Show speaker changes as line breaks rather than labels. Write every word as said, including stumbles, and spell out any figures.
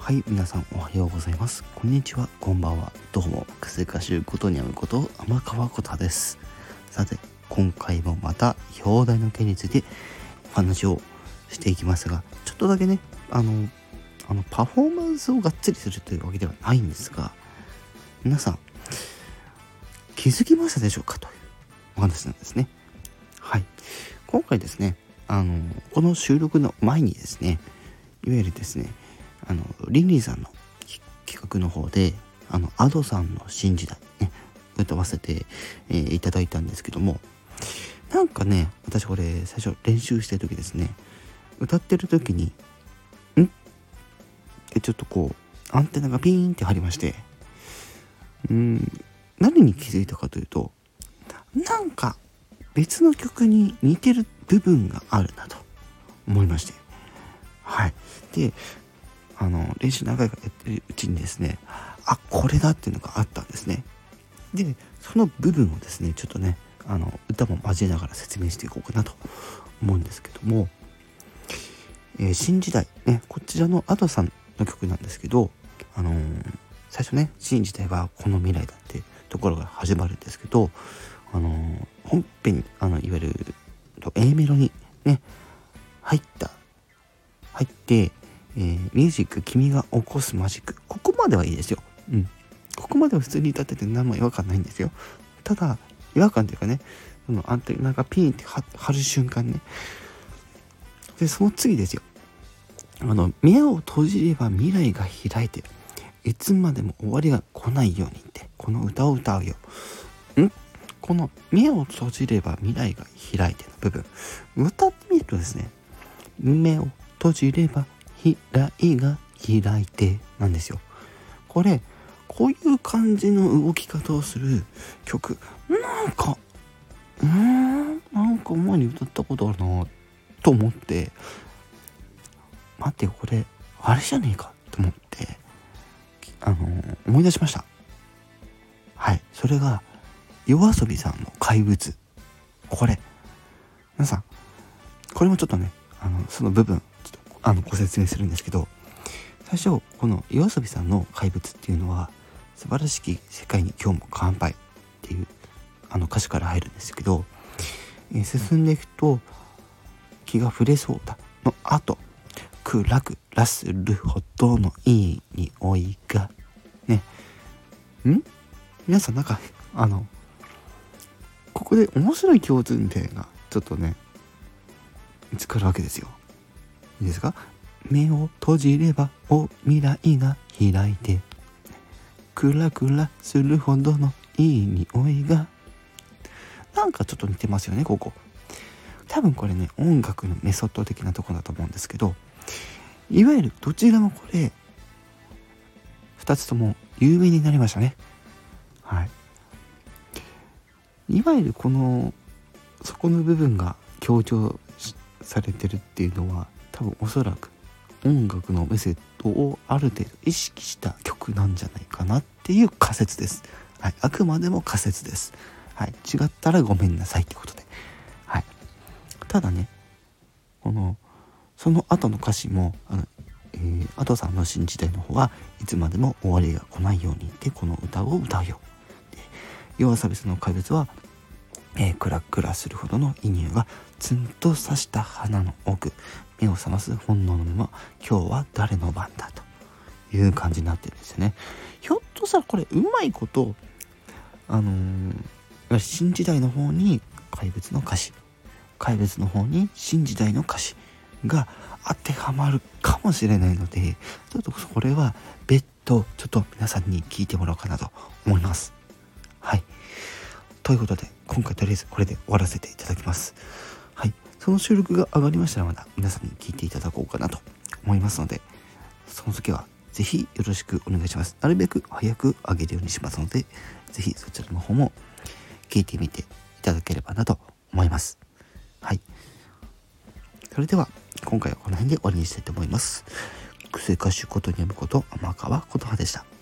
はい、皆さんおはようございます。こんにちは、こんばんは。どうも、くせかしゅうことにゃむこと天川こたです。さて、今回もまた表題の件についてお話をしていきますが、ちょっとだけね、あの、あのパフォーマンスをがっつりするというわけではないんですが、皆さん気づきましたでしょうかというお話なんですね。はい、今回ですね、あのこの収録の前にですね、いわゆるですね、あのリンリンさんの企画の方であの Ado さんの新時代ね歌わせて、えー、いただいたんですけども、なんかね、私これ最初練習してる時ですね、歌ってる時にんってちょっとこうアンテナがピーンって張りまして、うーん何に気づいたかというと、なんか別の曲に似てる部分があるなと思いまして、はい。で、あの練習長いからやってるうちにですね、あ、これだっていうのがあったんですね。で、その部分をですね、ちょっとね、あの歌も交えながら説明していこうかなと思うんですけども、えー、新時代ね、こちらの Ado さんの曲なんですけど、あのー、最初ね、新時代はこの未来だってところが始まるんですけど、あのー、本編にあのいわゆる A メロにね入った入って、えー、ミュージック君が起こすマジック、ここまではいいですよ。うん。ここまでは普通に歌ってて何も違和感ないんですよ。ただ違和感というかね、そのアンテナがピーンって張る瞬間ね。でその次ですよ。あの目を閉じれば未来が開いて、いつまでも終わりが来ないようにってこの歌を歌うよ。んこの目を閉じれば未来が開いての部分、歌ってみるとですね、目を閉じれば未来が開いてなんですよ。これこういう感じの動き方をする曲、なんかうーんなんか前に歌ったことあるなと思って、待ってよ、これあれじゃねえかと思ってあのー、思い出しました。はい、それがYOASOBIさんの怪物。これ皆さん、これもちょっとね、あのその部分ちょっとあのご説明するんですけど、最初このYOASOBIさんの怪物っていうのは、素晴らしき世界に今日も乾杯っていうあの歌詞から入るんですけど、えー、進んでいくと気が触れそうだの後、クラクラするほどのいい匂いがね、ん皆さん、なんかあのここで面白い共通点がちょっとね見つかるわけですよ。いいですか？目を閉じればお未来が開いて、クラクラするほどのいい匂いが、なんかちょっと似てますよね。ここ多分これね、音楽のメソッド的なところだと思うんですけど、いわゆるどちらもこれふたつとも有名になりましたね。はい、いわゆるこのそこの部分が強調されてるっていうのは、多分おそらく音楽のメソッドをある程度意識した曲なんじゃないかなっていう仮説です。はい、あくまでも仮説です。はい、違ったらごめんなさいってことで。はい、ただね、このその後の歌詞もあの、えー、Adoさんの新時代の方はいつまでも終わりが来ないようにってこの歌を歌うよ。で、YOASOBIさんの怪物は、えー、クラクラするほどのいい匂いがツンと刺した花の奥、目を覚ます本能のまま今日は誰の番だという感じになってるんですよね。ひょっとしたらこれうまいことあのー、新時代の方に怪物の歌詞、怪物の方に新時代の歌詞が当てはまるかもしれないので、ちょっとこれは別途ちょっと皆さんに聞いてもらおうかなと思います。はい、ということで今回とりあえずこれで終わらせていただきます。はい、その収録が上がりましたらまた皆さんに聞いていただこうかなと思いますので、その時はぜひよろしくお願いします。なるべく早く上げるようにしますので、ぜひそちらの方も聞いてみていただければなと思います。はい、それでは今回はこの辺で終わりにしたいと思います。クセ歌手ことにゃむこと天川琴葉でした。